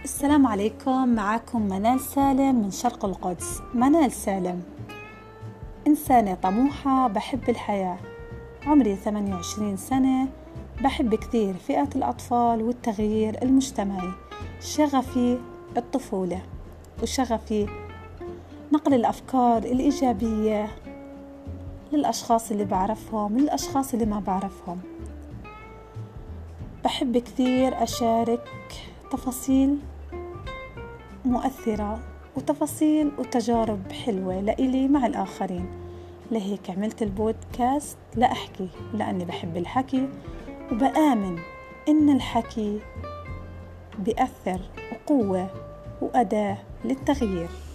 السلام عليكم. معكم منال سالم من شرق القدس. منال سالم إنسانة طموحة، بحب الحياة، عمري 28 سنة، بحب كثير فئة الأطفال والتغيير المجتمعي. شغفي الطفولة وشغفي نقل الأفكار الإيجابية للأشخاص اللي بعرفهم للأشخاص اللي ما بعرفهم. بحب كثير أشارك تفاصيل مؤثرة وتفاصيل وتجارب حلوة لإلي مع الآخرين. لهيك عملت البودكاست لأحكي، لأني بحب الحكي وبآمن إن الحكي بيأثر وقوة وأداة للتغيير.